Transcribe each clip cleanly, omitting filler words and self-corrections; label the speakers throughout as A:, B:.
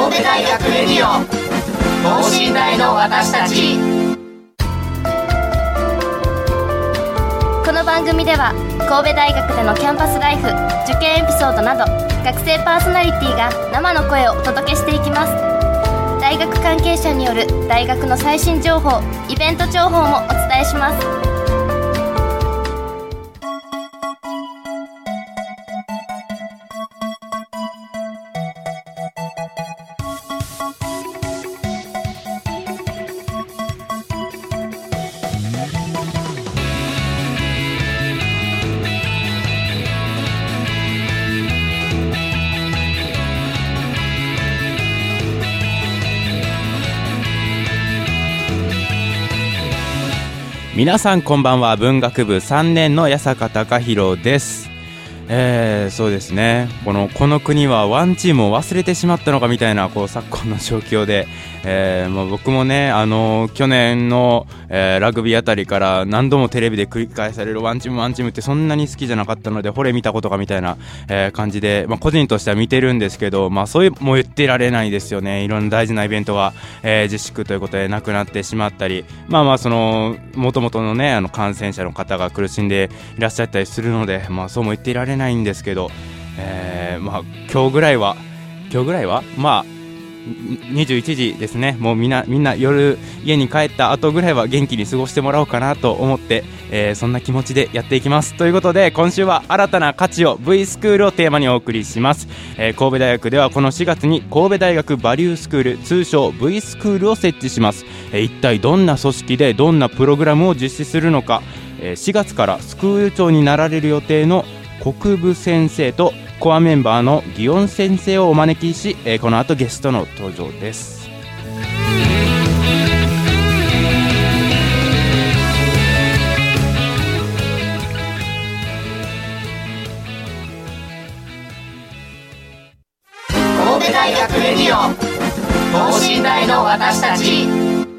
A: 神戸大学レディオ等身大の私たち。
B: この番組では神戸大学でのキャンパスライフ、受験エピソードなど学生パーソナリティが生の声をお届けしていきます。大学関係者による大学の最新情報、イベント情報もお伝えします。
C: 皆さんこんばんは。文学部3年の八坂貴弘です。そうですね、この国はワンチームを忘れてしまったのかみたいな昨今の状況で、僕もね去年の、ラグビーあたりから何度もテレビで繰り返されるワンチームってそんなに好きじゃなかったので、ほれ見たことかみたいな、感じで、個人としては見てるんですけど、そういうも言ってられないですよね。いろんな大事なイベントが、自粛ということでなくなってしまったり、その元々のね感染者の方が苦しんでいらっしゃったりするので、そうも言っていられないんですけど、今日ぐらいは21時ですね。もうみんな夜家に帰った後ぐらいは元気に過ごしてもらおうかなと思って、そんな気持ちでやっていきます。ということで今週は新たな価値を V スクールをテーマにお送りします。神戸大学ではこの4月に神戸大学バリュースクール、通称 V スクールを設置します。一体どんな組織でどんなプログラムを実施するのか、4月からスクール長になられる予定の国分先生とコアメンバーの祇園先生をお招きし、この後ゲストの登場です。
A: 神戸大学レディオ等身大の私たち。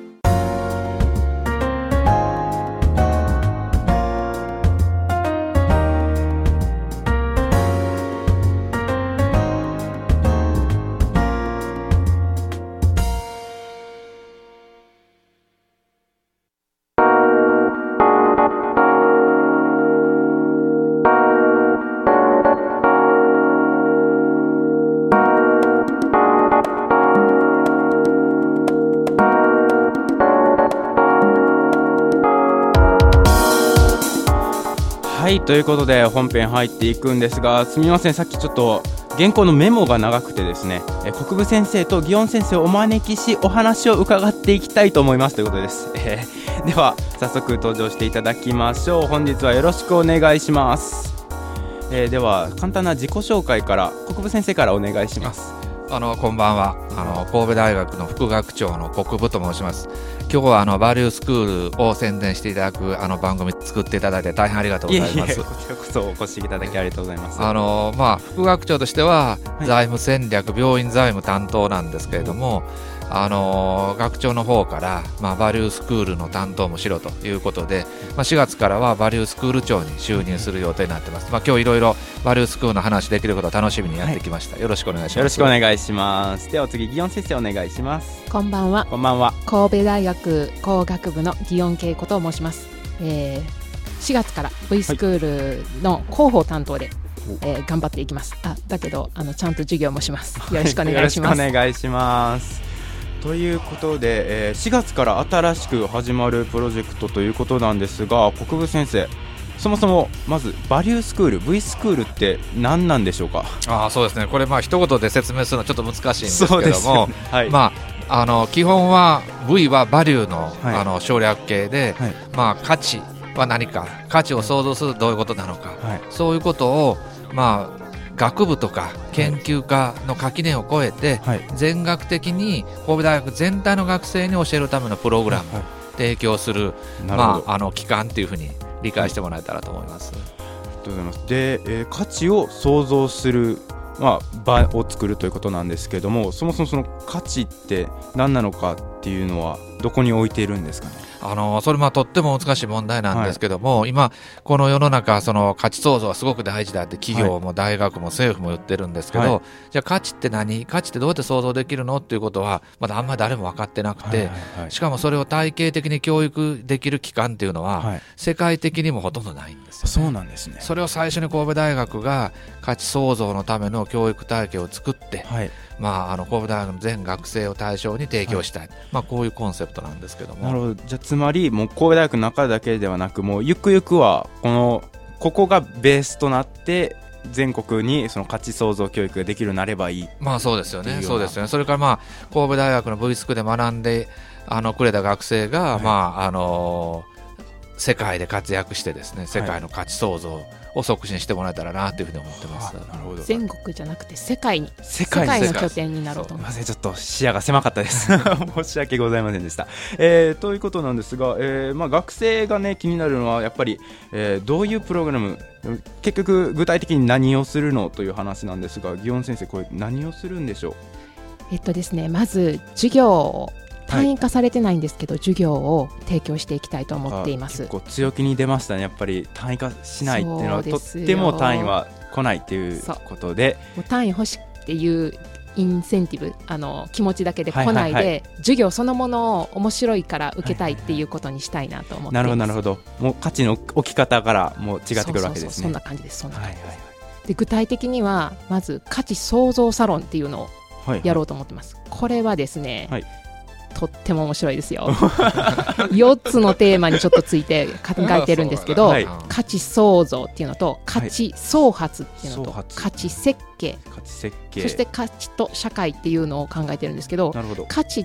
C: はい、ということで本編入っていくんですが、すみません、さっきちょっと原稿のメモが長くてですね、国分先生と祇園先生をお招きしお話を伺っていきたいと思いますということです。では早速登場していただきましょう。本日はよろしくお願いします。では簡単な自己紹介から国分先生からお願いします。
D: こんばんは。神戸大学の副学長の国分と申します。今日はバリュースクールを宣伝していただく番組作っていただいて大変ありがとうございます。
C: こちらこそお越しいただきありがとうございます。
D: 副学長としては、財務戦略、病院財務担当なんですけれども、学長の方から、バリュースクールの担当もしろということで、4月からはバリュースクール長に就任する予定になってます。今日いろいろバリュースクールの話できることを楽しみにやってきました。よろしくお願いします。
C: よろしくお願いします。ではお次、祇園先生お願いします。
E: こんばんは。
C: こんばんは。
E: 神戸大学工学部の祇園恵子と申します。4月から V スクールの広報担当で、頑張っていきます。だけどちゃんと授業もします。よろしくお願いします。
C: よろしくお願いします。ということで、4月から新しく始まるプロジェクトということなんですが、国分先生、そもそもまずバリュースクール V スクールって何なんでしょうか。
D: そうですね、これ一言で説明するのはちょっと難しいんですけども、
C: はい、
D: 基本は V はバリューの、省略形で、価値は何か、価値を創造するどういうことなのか、そういうことを学部とか研究科の垣根を越えて、全学的に神戸大学全体の学生に教えるためのプログラムを提供する、機関というふうに理解してもらえたらと思います。
C: ありがとうございます。で、価値を創造する、場を作るということなんですけども、そもそもその価値って何なのかっていうのはどこに置いているんですかね。
D: それとっても難しい問題なんですけども、今この世の中その価値創造はすごく大事だって企業も大学も政府も言ってるんですけど、じゃあ価値って何、価値ってどうやって創造できるのっていうことはまだあんまり誰も分かってなくて、しかもそれを体系的に教育できる機関っていうのは世界的にもほとんどないんですよね。
C: そうなんですね。
D: それを最初に神戸大学が価値創造のための教育体系を作って、神戸大学の全学生を対象に提供したい、こういうコンセプトなんですけども。
C: なるほど。じゃあつまりもう神戸大学の中だけではなく、もうゆくゆくはここがベースとなって全国にその価値創造教育ができるようになればいい。
D: そうですよね。そうですよね。それから神戸大学の V スクで学んでくれた学生が、世界で活躍してですね、世界の価値創造を促進してもらえたらなというふうに思ってます。
C: なるほど。
E: 全国じゃなくて世界の拠点になろうと思います。
C: ちょっと視野が狭かったです申し訳ございませんでした。ということなんですが、学生がね気になるのはやっぱり、どういうプログラム、結局具体的に何をするのという話なんですが、祇園先生これ何をするんでしょう。
E: ですね、まず授業を単位化されてないんですけど、授業を提供していきたいと思っています。
C: 結構強気に出ましたね。やっぱり単位化しないっていうのはとっても単位は来ないっていうことで、
E: もう単位欲しいっていうインセンティブ、気持ちだけで来ないで、授業そのものを面白いから受けたいっていうことにしたいなと思っています。
C: なるほど。もう価値の置き方からもう違ってくるわけですね。
E: そんな感じです。で具体的にはまず価値創造サロンっていうのをやろうと思ってます。これはですね、とっても面白いですよ4つのテーマにちょっとついて考えてるんですけど、価値創造っていうのと価値創発っていうのと価値設計、そして価値と社会っていうのを考えてるんですけど、価値って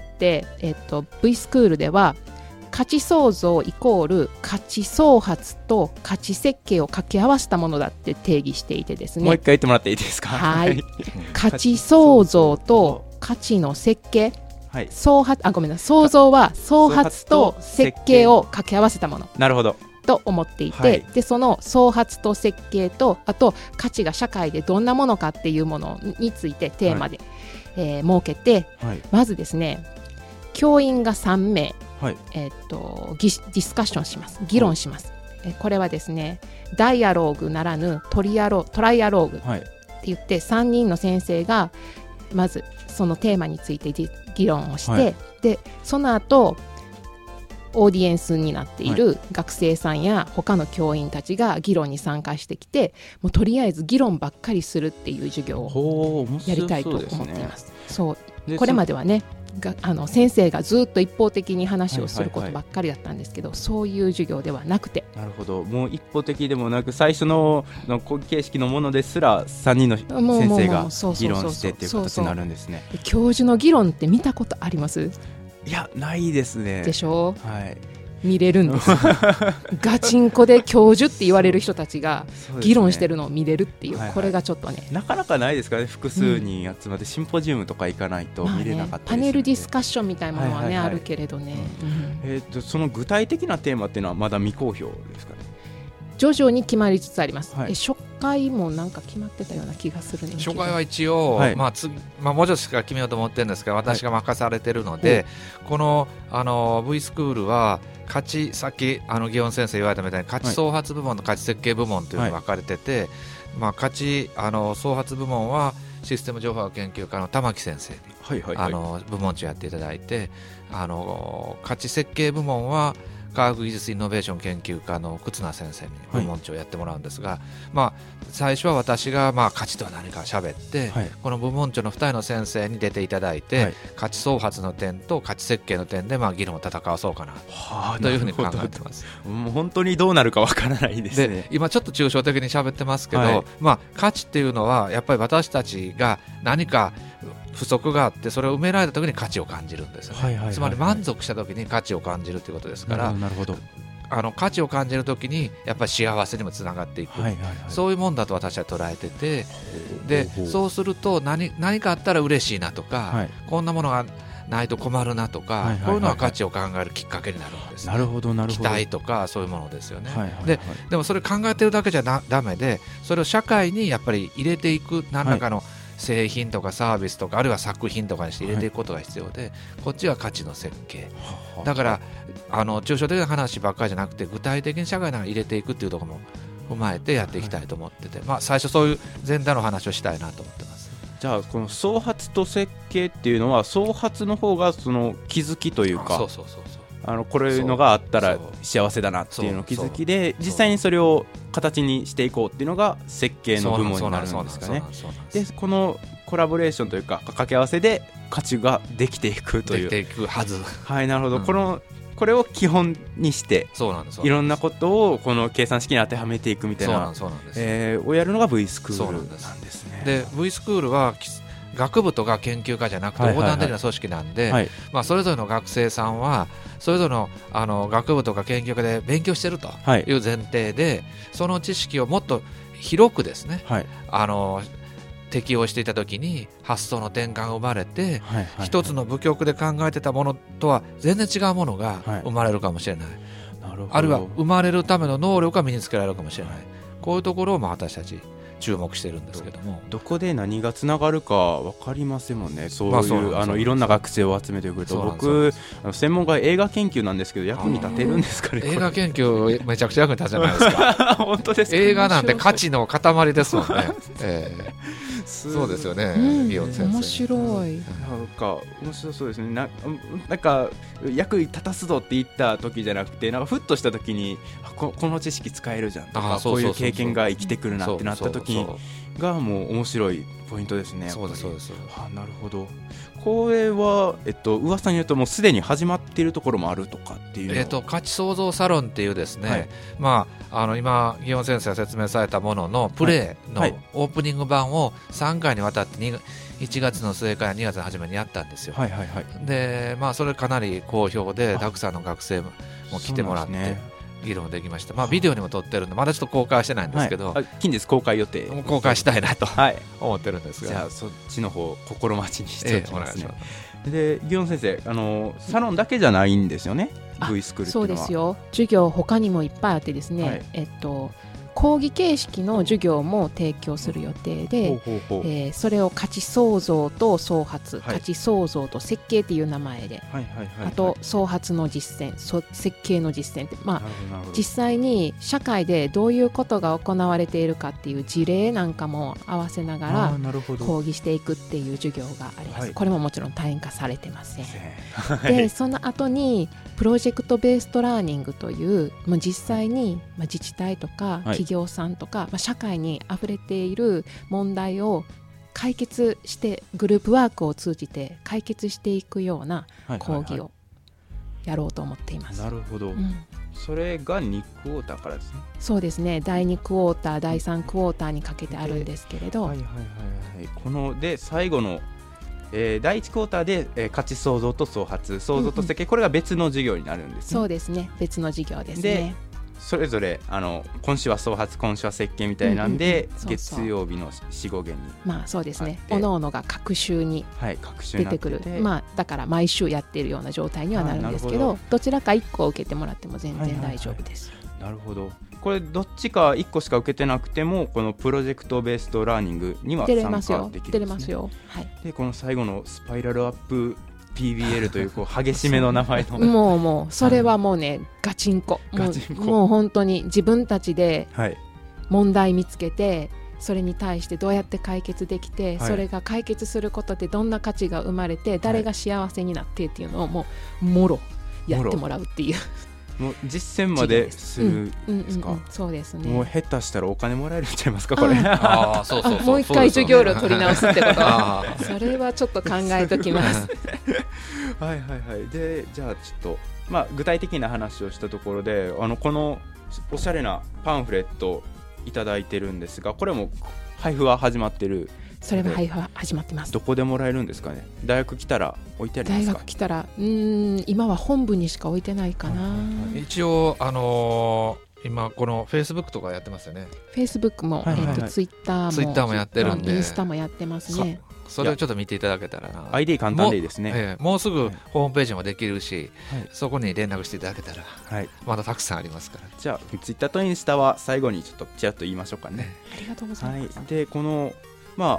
E: 、V スクールでは価値創造イコール価値創発と価値設計を掛け合わせたものだって定義していてですね。
C: もう一回言ってもらっていいですか。
E: 価値創造と価値の設計、創造は創発と設計を掛け合わせたものと思っていて、でその創発と設計と、あと価値が社会でどんなものかっていうものについてテーマで、設けて、まずですね、教員が3名、ディスカッションします。議論します。これはですね、ダイアローグならぬトライアローグって言って、3人の先生がまずそのテーマについて議論をして、でその後オーディエンスになっている学生さんや他の教員たちが議論に参加してきて、もうとりあえず議論ばっかりするっていう授業をやりたいと思っています。これまではね、先生がずっと一方的に話をすることばっかりだったんですけど、そういう授業ではなくて、
C: なるほど、もう一方的でもなく、最初の講義形式のものですら3人の先生が議論してっていう形になるんですね。
E: 教授の議論って見たことあります？
C: いや、ないですね。
E: でしょう。見れるんですガチンコで教授って言われる人たちが議論してるのを見れるっていう、これがちょっとね、
C: なかなかないですからね。複数人集まってシンポジウムとか行かないと見れなかったです、
E: パネルディスカッションみたいなものはね、あるけれどね、
C: その具体的なテーマっていうのはまだ未公表ですかね。
E: 徐々に決まりつつあります。初回もなんか決まってたような気がするんですけど、
D: 初回は一応、もうちょっとしか決めようと思ってるんですが、私が任されてるので、このV スクールは価値、さっき祇園先生言われたみたいに価値創発部門と価値設計部門というのに分かれてて、価値創発部門はシステム情報学研究家の玉木先生に、部門長やっていただいて、価値設計部門は科学技術イノベーション研究家の忽那先生に部門長をやってもらうんですが、最初は私が価値とは何か喋って、この部門長の2人の先生に出ていただいて、価値創発の点と価値設計の点で議論を戦わそうかなというふうに考えてます。
C: もう本当にどうなるかわからないですね。
D: で今ちょっと抽象的に喋ってますけど、価値っていうのはやっぱり私たちが何か不足があってそれを埋められた時に価値を感じるんですよね。つまり満足した時に価値を感じるということですから、
C: なるほど、
D: 価値を感じる時にやっぱり幸せにもつながっていく、そういうもんだと私は捉えてて、でそうすると何かあったら嬉しいなとか、こんなものがないと困るなとか、こういうのは価値を考えるきっかけになるんです、ね。なるほどなるほど。期待とかそういうものですよね。でもそれ考えてるだけじゃダメで、それを社会にやっぱり入れていく何らかの製品とかサービスとかあるいは作品とかにして入れていくことが必要で、こっちは価値の設計だから抽象的な話ばっかりじゃなくて具体的に社会の中に入れていくっていうところも踏まえてやっていきたいと思ってて、最初そういう全体の話をしたいなと思ってます。
C: じゃあこの創発と設計っていうのは創発の方がその気づきというか、これのがあったら幸せだなっていうの気づきで、実際にそれを形にしていこうっていうのが設計の部門になるんですかね。でこのコラボレーションというか掛け合わせで価値ができていくという、
D: できていくはず。
C: はい、なるほど、これを基本にしていろんなことをこの計算式に当てはめていくみたいなをやるのが V スクールなんですね。
D: で V スクールは学部とか研究科じゃなくて横断的な組織なんで、それぞれの学生さんはそれぞれの学部とか研究科で勉強してるという前提で、その知識をもっと広くですね、適用していたときに発想の転換が生まれて、一つの部局で考えてたものとは全然違うものが生まれるかもしれない、あるいは生まれるための能力が身につけられるかもしれない、こういうところを私たち注目してるんですけども、
C: どこで何がつながるか分かりませんもんね。そういういろんな学生を集めてくると、僕専門が映画研究なんですけど役に立てるんですかね。
D: 映画研究めちゃくちゃ役に立つじゃないですか。
C: 本当ですか。
D: 映画なんて価値の塊ですもんね。そうですよね、イオン先生。
E: 面白い。
C: 面白そうですね。なんか役に立たすぞって言った時じゃなくて、なんかふっとした時にこの知識使えるじゃんとか、こういう経験が生きてくるなってなった時がもう面白いポイントですね。
D: そうです。
C: なるほど。これは噂によるともうすでに始まっているところもあるとかっていう。
D: 価値創造サロンっていうですね、今祇園先生が説明されたもののプレイのオープニング版を3回にわたって1月の末から2月の初めにやったんですよ。でそれかなり好評でたくさんの学生も来てもらって。議論できました。ビデオにも撮ってるんでまだちょっと公開してないんですけど、
C: 近日公開予定。
D: 公開したいなと思ってるんですが、
C: じゃあそっちの方心待ちにしておきますね。で祇園先生サロンだけじゃないんですよね、 V スクールっていうのは。
E: そうですよ。授業他にもいっぱいあってですね、講義形式の授業も提供する予定で、それを価値創造と創発、価値創造と設計っていう名前で、あと創発の実践、設計の実践って、実際に社会でどういうことが行われているかっていう事例なんかも合わせながら講義していくっていう授業があります。これももちろん単位化されてません。でその後にプロジェクトベーストラーニングという、実際に自治体とか企業さんとか、社会にあふれている問題を解決してグループワークを通じて解決していくような講義をやろうと思っています。
C: なるほど、それが2クォーターからですね。
E: そうですね。第2クォーター第3クォーターにかけてあるんですけれど、
C: こので最後の第1クォーターで、価値創造と創発、創造と設計、これが別の授業になるんですね。
E: そうですね、別の授業ですね。
C: でそれぞれ今週は創発、今週は設計みたいなんで、月曜日の4、5限に
E: そうですね、おのおのが各週に出てくる、だから毎週やっているような状態にはなるんですけど、どちらか1個受けてもらっても全然大丈夫です。
C: なるほど。これどっちか1個しか受けてなくてもこのプロジェクトベーストラーニングには参加できるんですね。
E: 出れますよ。
C: でこの最後のスパイラルアップ PBL という激しめの名前の
E: もうそれはもうね、ガチンコ、もう本当に自分たちで問題見つけて、それに対してどうやって解決できて、それが解決することでどんな価値が生まれて、誰が幸せになってっていうのをもろやってもらうっていう。
C: もう実践までするんですか。
E: そうですね。
C: もう下手したらお金もらえるんちゃいますかこれ。
E: もう一回授業料取り直すってことそれはちょっと考えときます
C: でじゃあちょっと、具体的な話をしたところでこのおしゃれなパンフレットいただいてるんですが、これも配布は始まってる。
E: それは配布は始まってます。
C: どこでもらえるんですかね。大学来たら置いてありますか。
E: 大学来たら今は本部にしか置いてないかな。
D: 一応今このフェイスブックとかやってますよね。
E: フェイスブックもツイッター
D: もやってるんで、
E: インスタもやってますね。
D: それをちょっと見ていただけたらな。
C: ID 簡単でいいですね。
D: もうすぐホームページもできるし、そこに連絡していただけたら、まだたくさんありますから。
C: じゃあツイッターとインスタは最後にちょっとちらっと言いましょうかね。
E: ありがとうございます。
C: でこの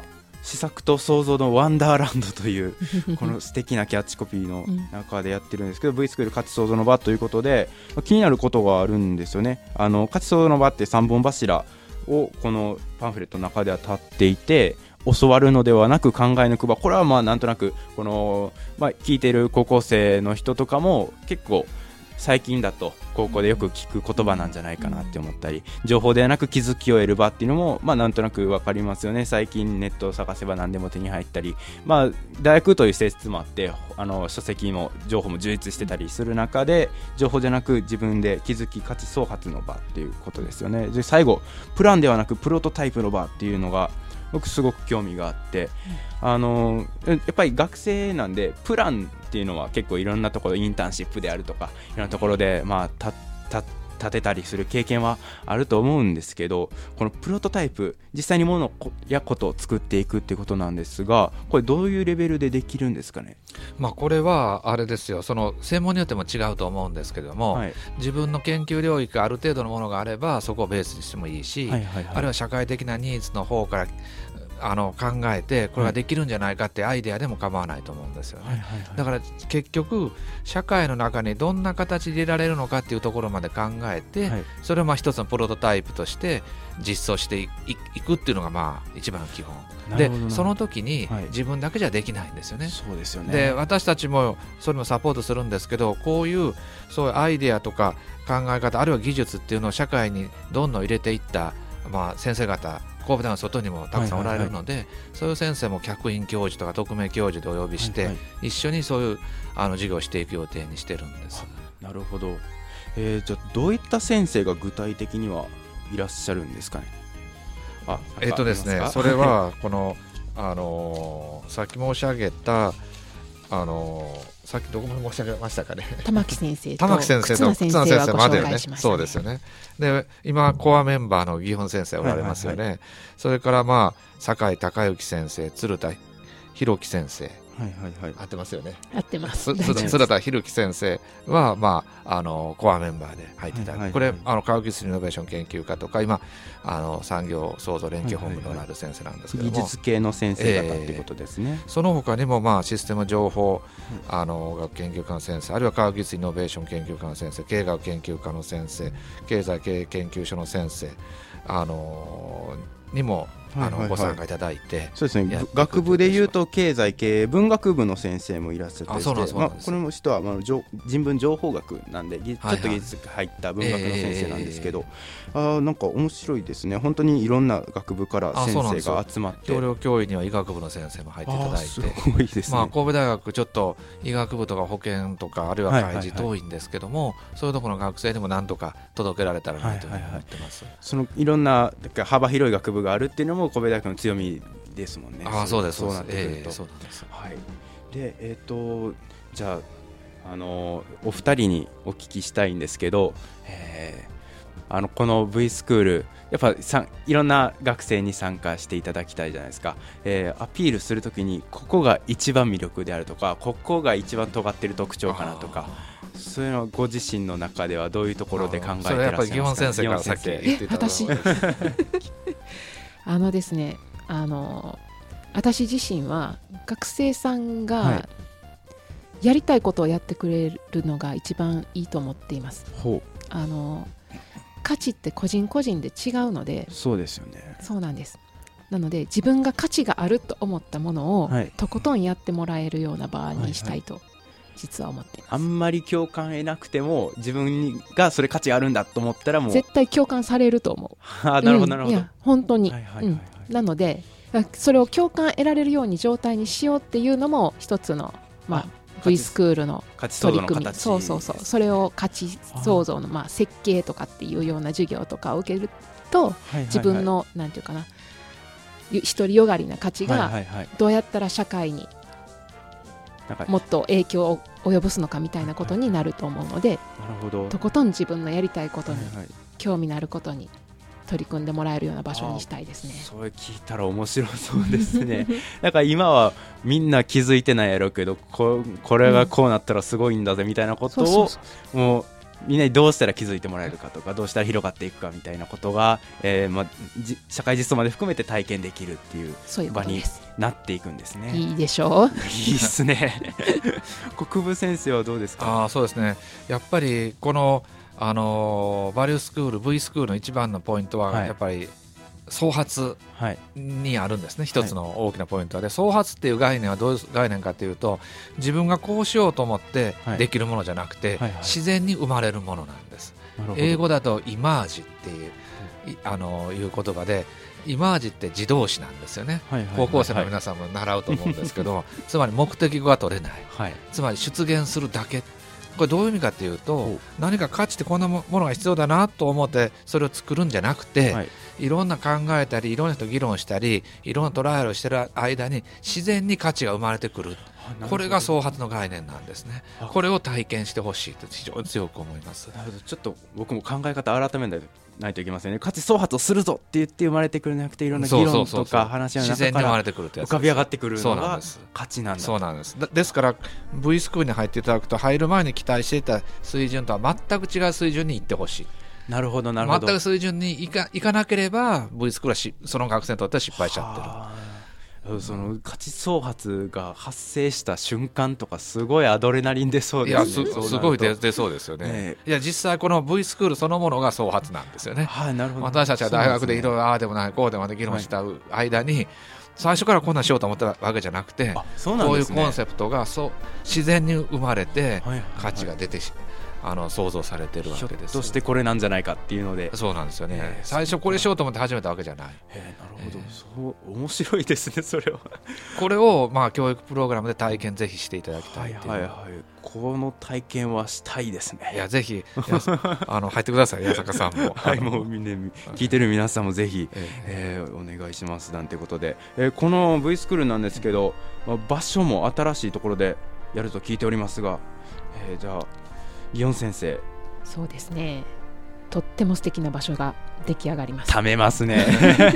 C: 試作と創造のワンダーランドというこの素敵なキャッチコピーの中でやってるんですけど、V スクール価値創造の場ということで、気になることがあるんですよね。価値創造の場って3本柱をこのパンフレットの中では立っていて、教わるのではなく考え抜く場、これはまあなんとなくこの、聞いている高校生の人とかも結構最近だと高校でよく聞く言葉なんじゃないかなって思ったり、情報ではなく気づきを得る場っていうのもなんとなく分かりますよね。最近ネットを探せば何でも手に入ったり、大学という性質もあって書籍も情報も充実してたりする中で、情報じゃなく自分で気づき価値創発の場っていうことですよね。で最後プランではなくプロトタイプの場っていうのが僕すごく興味があって、やっぱり学生なんでプランっていうのは結構いろんなところ、インターンシップであるとかいろんなところで立てたりする経験はあると思うんですけど、このプロトタイプ、実際に物やことを作っていくっていうことなんですが、これどういうレベルでできるんですかね。
D: これはあれですよ、その専門によっても違うと思うんですけども、自分の研究領域がある程度のものがあればそこをベースにしてもいいし、あるいは社会的なニーズの方から考えてこれができるんじゃないかってアイデアでも構わないと思うんですよね。だから結局社会の中にどんな形で入れられるのかっていうところまで考えて、それを一つのプロトタイプとして実装していくっていうのが一番基本で、その時に自分だけじゃできないんですよね。
C: そうですよね。
D: で私たちもそれもサポートするんですけど、こういうそういうアイデアとか考え方、あるいは技術っていうのを社会にどんどん入れていった、先生方神戸大学の外にもたくさんおられるので、そういう先生も客員教授とか特命教授でお呼びして、一緒にそういう授業をしていく予定にしてるんです。
C: なるほど。じゃあどういった先生が具体的にはいらっしゃるんですかね。
D: ですね、それはこのさっき申し上げたさっきどこまで申し上げましたかね。
E: 玉木先生と
D: 忽那先生までよね。そうですよね。で今コアメンバーの祇園先生おられますよね。それから酒井孝之先生、鶴田弘樹先生、合ってますよね。
E: 合ってます。
D: 鶴田弘樹先生はコアメンバーで入っていただく。これ科学技術イノベーション研究科とか今産業創造連携本部のある先生なんですけども、
C: 技術系の先生方っていうことですね。
D: その他にもシステム情報学研究科の先生、あるいは科学技術イノベーション研究科の先生、経営学研究科の先生、経済経営研究所の先生にもご参加いただいて、
C: そうですね。学部でいうと経済経営文学部の先生もいらっしゃって、この人は人文情報学なんでちょっと技術が入った文学の先生なんですけど、なんか面白いですね。本当にいろんな学部から先生が集まって、
D: 協力教員には医学部の先生も入っていただいて、
C: すごいですね。
D: 神戸大学ちょっと医学部とか保健とかあるいは開示遠いんですけども、そういうところの学生にも何とか届けられたらなと思ってます。
C: そのいろんな幅広い学部があるっていうのも神戸大学の強みですもんね。
D: そうです。
C: そうなんです。でじゃあお二人にお聞きしたいんですけど、この V スクールやっぱいろんな学生に参加していただきたいじゃないですか。アピールするときにここが一番魅力であるとか、ここが一番尖ってる特徴かなとか、そういうのご自身の中ではどういうところで考えてらっしゃいますか。それやっぱり
D: 祇園先生からさっき言ってた
E: 私ですね、私自身は学生さんがやりたいことをやってくれるのが一番いいと思っています。価値って個人個人で違うので。
C: そうですよね。
E: そうなんです。なので自分が価値があると思ったものをとことんやってもらえるような場にしたいと実は思っています。
C: あんまり共感得なくても自分がそれ価値あるんだと思ったらもう
E: 絶対共感されると思う。
C: なるほどなるほど。
E: いや本当に、なのでそれを共感得られるように状態にしようっていうのも一つのV スクールの取り組み。それを価値創造の設計とかっていうような授業とかを受けると、自分のなんていうかな、独りよがりな価値がどうやったら社会にもっと影響を及ぼすのかみたいなことになると思うので、とことん自分のやりたいことに、興味のあることに取り組んでもらえるような場所にしたいですね。
C: それ聞いたら面白そうですね。だから今はみんな気づいてないやろうけど、これがこうなったらすごいんだぜみたいなことをもうみんなにどうしたら気づいてもらえるかとか、どうしたら広がっていくかみたいなことが、社会実装まで含めて体験できるっていう場になっていくんですね。
E: いいでしょう。
C: いいですね。国分先生はどうですか？
D: そうですね、やっぱりこの、バリュースクール V スクールの一番のポイントは、やっぱり創発にあるんですね。一つの大きなポイントで、創発っていう概念はどういう概念かというと、自分がこうしようと思ってできるものじゃなくて、自然に生まれるものなんです。英語だとイマージっていういう言葉で、イマージって自動詞なんですよね。高校生の皆さんも習うと思うんですけど、つまり目的語が取れない、つまり出現するだけ。これどういう意味かというと、何か価値ってこんなものが必要だなと思ってそれを作るんじゃなくて、いろんな考えたり、いろんな人と議論したり、いろんなトライアルをしている間に自然に価値が生まれてくる。これが創発の概念なんですね。これを体験してほしいと非常に強く思います。
C: なるほど。ちょっと僕も考え方改めないといけませんね。価値創発をするぞって言って生まれてくるんじゃなくて、いろんな議論とか話し合いの中から浮かび上がってくるのが価値なんだ。
D: そうなんです。ですから V スクールに入っていただくと、入る前に期待していた水準とは全く違う水準に行ってほしい。
C: なるほどなるほど。
D: 全く水準に行かなければ V スクールはその学生にとっては失敗しちゃってる。
C: その価値創発が発生した瞬間とか、すごいアドレナリン出そうですね。
D: いや、すごい出そうですよね。いや、実際この V スクールそのものが創発なんですよね。
C: なるほど。
D: 私たちは大学でいろいろああでもないこうでもない議論した間に、最初からこんなんしようと思ったわけじゃなくて、こういうコンセプトが自然に生まれて価値が出て想像されてるわけです。
C: ひょっとしてこれなんじゃないかっていうので。
D: そうなんですよね。最初これしようと思って始めたわけじゃない。
C: なるほど。そう面白いですね、それは。
D: これを教育プログラムで体験ぜひしていただきたいっていう。
C: この体験はしたいですね。
D: いや、ぜひ入ってください、八坂さんも。
C: もう聞いてる皆さんもぜひ、お願いしますなんてことで、この V スクールなんですけど、場所も新しいところでやると聞いておりますが、じゃあ祇園先生。
E: そうですね、とっても素敵な場所が出来上がります。
C: ためますね。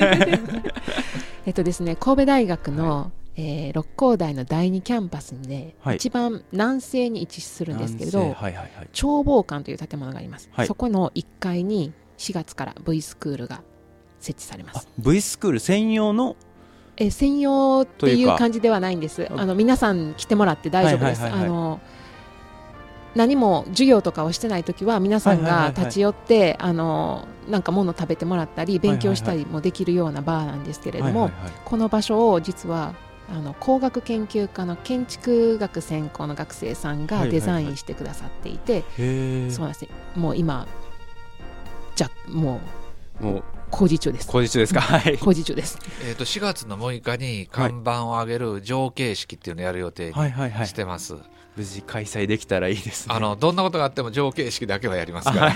E: ですね、神戸大学の、六甲台の第2キャンパスで、一番南西に位置するんですけれど、眺望館という建物があります。そこの1階に4月から V スクールが設置されます。
C: V スクール専用の
E: 専用っていう感じではないんです。皆さん来てもらって大丈夫です。何も授業とかをしてないときは皆さんが立ち寄ってなんか物を食べてもらったり勉強したりもできるようなバーなんですけれども、この場所を実は工学研究科の建築学専攻の学生さんがデザインしてくださっていて、そうなんですね、もう今もう工事中です。
C: 工事中ですか？
E: 工事中です。
D: 4月の6日に看板を上げる上形式っていうのをやる予定にしてます。
C: 無事開催できたらいいですね。
D: どんなことがあっても上形式だけはやりますから。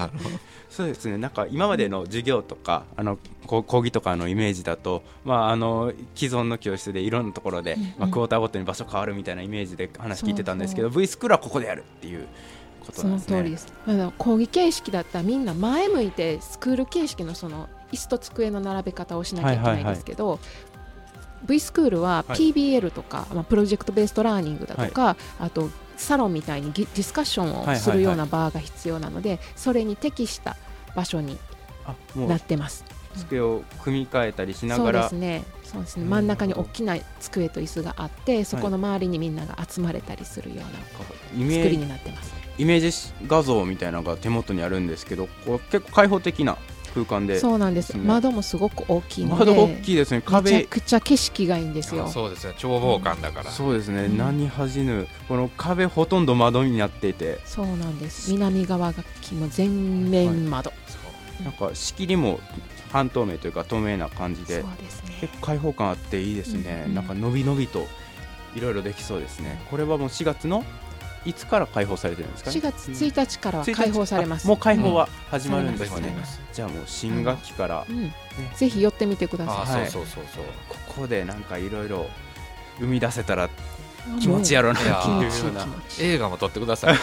C: そうですね。なんか今までの授業とか講義とかのイメージだと、既存の教室でいろんなところで、クォーターごとに場所変わるみたいなイメージで話聞いてたんですけど、V スクールはここでやるっていうことなんですね。
E: その通りです。講義形式だったらみんな前向いてスクール形式のその椅子と机の並べ方をしなきゃいけないんですけど、V スクールは PBL とか、プロジェクトベーストラーニングだとか、あとサロンみたいにディスカッションをするようなバーが必要なので、それに適した場所になってます。
C: 机を組み替えたりしながら、
E: そうですね、真ん中に大きな机と椅子があって、そこの周りにみんなが集まれたりするような作りになってます。
C: イメージ画像みたいなのが手元にあるんですけど、結構開放的な空間で。
E: そうなんです。窓もすごく大きいので、
C: 窓大きいですね。
E: めちゃくちゃ景色がいいんですよ。
D: そうですね、眺望感だから。
C: そうですね、何恥じぬこの壁ほとんど窓になっていて。
E: そうなんです。南側がも全面窓、
C: なんか仕切りも半透明というか透明な感じで、
E: そうですね、
C: 結構開放感あっていいですね。なんかのびのびといろいろできそうですね。これはもう4月のいつから開放されてるんですかね。
E: 4月1日からは開放されます。
C: もう開放は始まるんですね。じゃあもう新学期から、
E: ぜひ寄ってみてください。
D: そう
C: ここでなんかいろいろ生み出せたら気持ちやろうなっていうような。
D: 映画も撮ってください。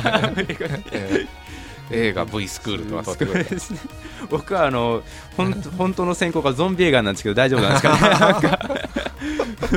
D: 映画 V スクールとか撮ってください。
C: 僕は本当の専攻がゾンビ映画なんですけど大丈夫なんですかね。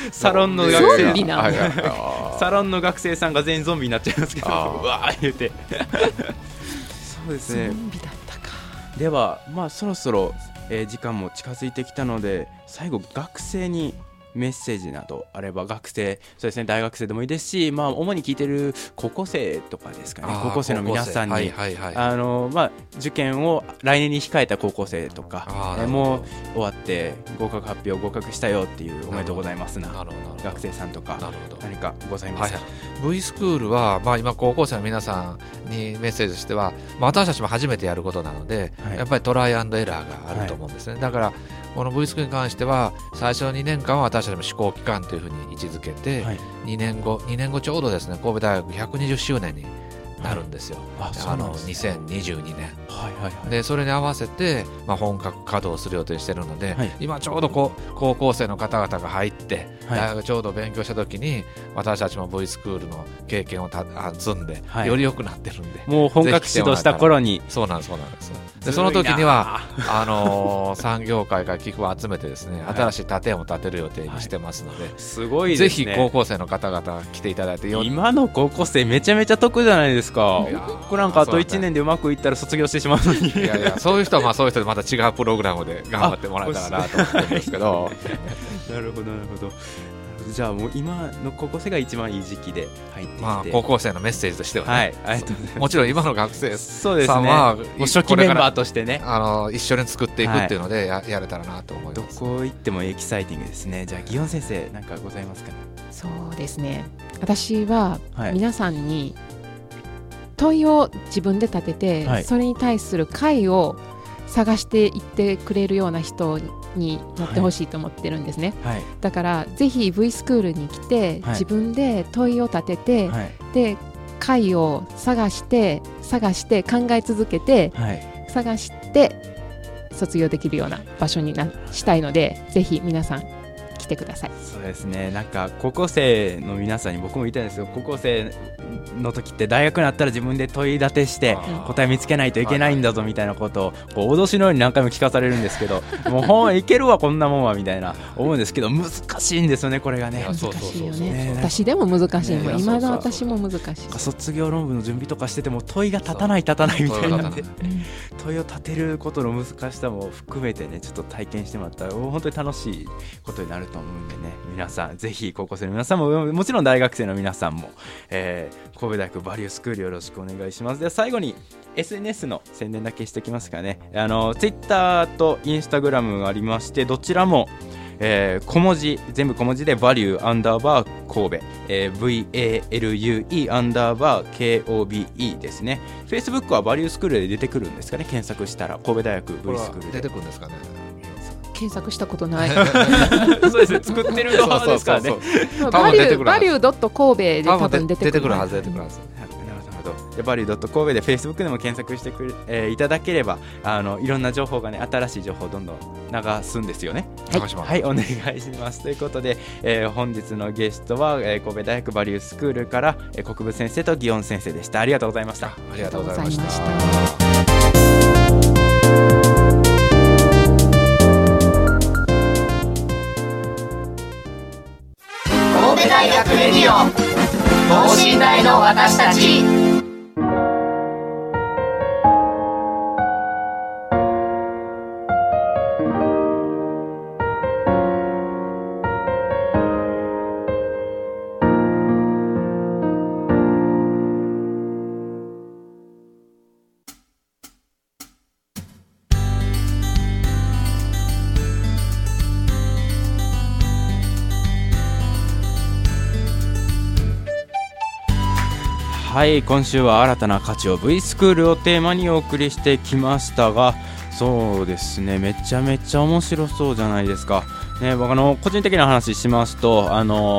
C: サロンの学生
E: ゾンビなんだ
C: サロンの学生さんが全員ゾンビになっちゃいますけど、うわー言うてそうですね。
E: ゾンビだったか。
C: ではそろそろ、時間も近づいてきたので、最後学生にメッセージなどあれば、学生、そうですね、大学生でもいいですし、主に聞いてる高校生とかですかね、高校生の皆さんに、受験を来年に控えた高校生とか、もう終わって合格発表合格したよっていうおめでとうございますな学生さんとか何かございますか。
D: V スクールは、今高校生の皆さんにメッセージとしては、私たちも初めてやることなので、やっぱりトライアンドエラーがあると思うんですね。だからこの V スクールに関しては最初の2年間は私たちも試行期間というふうに位置づけて、2年後ちょうどですね、神戸大学120周年になるんですよ。2022年、でそれに合わせて、本格稼働する予定しているので、今ちょうど高校生の方々が入って、大学ちょうど勉強した時に私たちも V スクールの経験を積んで、より良くなってるんで、
C: もう本格指導した頃に。
D: そうなんですでその時には産業界から寄付を集めてですね、新しい建物を建てる予定にしてますので、
C: すごいですね。
D: ぜひ高校生の方々来ていただいて。
C: 今の高校生めちゃめちゃ得じゃないですか。僕なんかあと1年でうまくいったら卒業してしまうのに。
D: いやそういう人はそういう人でまた違うプログラムで頑張ってもらえたらなと思ってるんですけど
C: なるほど。じゃあもう今の高校生が一番いい時期で入ってきて、
D: 高校生のメッセージとしてはね、もちろん今の学生さんは
C: 初期メンバーとしてね、
D: 一緒に作っていくっていうので やれたらなと思います。
C: どこ行ってもエキサイティングですね。じゃあ祇園先生何かございますかね。
E: そうですね、私は皆さんに問いを自分で立てて、それに対する解を探していってくれるような人になってほしいと思ってるんですね。だからぜひ V スクールに来て、自分で問いを立てて、で解を探して考え続けて、探して卒業できるような場所にしたいので、ぜひ皆さん来てください。
C: そうですね。なんか高校生の皆さんに僕も言いたいんですよ。高校生の時って大学になったら自分で問い立てして答え見つけないといけないんだぞみたいなことを脅しのように何回も聞かされるんですけどもう本いけるわこんなもんはみたいな思うんですけど、難しいんですよねこれがね。
E: 難しいよね。私でも難しいもん。今の私も難しい。
C: 卒業論文の準備とかしてても問いが立たないみたいなんで、問いを立てることの難しさも含めてね、ちょっと体験してもらったら本当に楽しいことになると思うんでね、皆さんぜひ高校生の皆さんももちろん大学生の皆さんも、神戸大学バリュースクールよろしくお願いします。では最後に SNS の宣伝だけしておきますかね。Twitter と Instagram がありまして、どちらも小文字全部小文字でバリュー_神戸、VALUE _KOBE ですね。 Facebook はバリュースクールで出てくるんですかね。検索したら神戸大学 V スクールで
D: 出てくるんですかね。
E: 検索したことない
C: そうですね、作ってる側ですからね。
E: バリュー神戸で多分出てくる
D: はず。
C: バリュー.神戸で Facebook でも検索していただければいろんな情報がね、新しい情報をどんどん流すんですよね。はい、お願いします。ということで、本日のゲストは、神戸大学バリュースクールから国分先生と祇園先生でした。ありがとうございました。
D: ありがとうございました。
A: 神戸大学レディオ等身大の私たち。
C: はい、今週は新たな価値を V スクールをテーマにお送りしてきましたが、そうですね、めちゃめちゃ面白そうじゃないですか、ね。僕個人的な話しますと、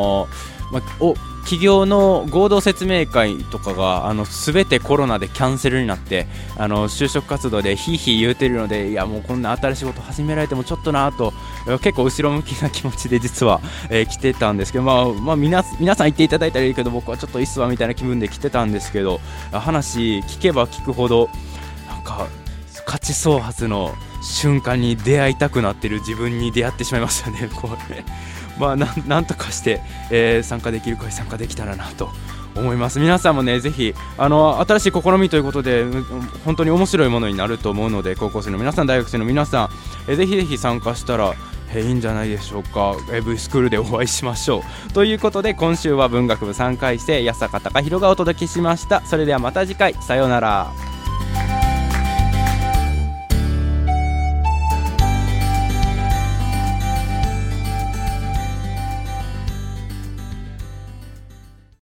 C: 企業の合同説明会とかが全てコロナでキャンセルになって、就職活動でヒーヒー言うてるので、いやもうこんな新しいこと始められてもちょっとなと結構後ろ向きな気持ちで実は、来てたんですけど、皆さん言っていただいたらいいけど僕はちょっといいっすわみたいな気分で来てたんですけど、話聞けば聞くほどなんか価値創発の瞬間に出会いたくなってる自分に出会ってしまいましたね。これなんとかして、参加できる声参加できたらなと思います。皆さんもねぜひ新しい試みということで本当に面白いものになると思うので、高校生の皆さん、大学生の皆さん、ぜひぜひ参加したらいいんじゃないでしょうか。V スクールでお会いしましょうということで、今週は文学部3回生八坂貴弘がお届けしました。それではまた次回、さようなら。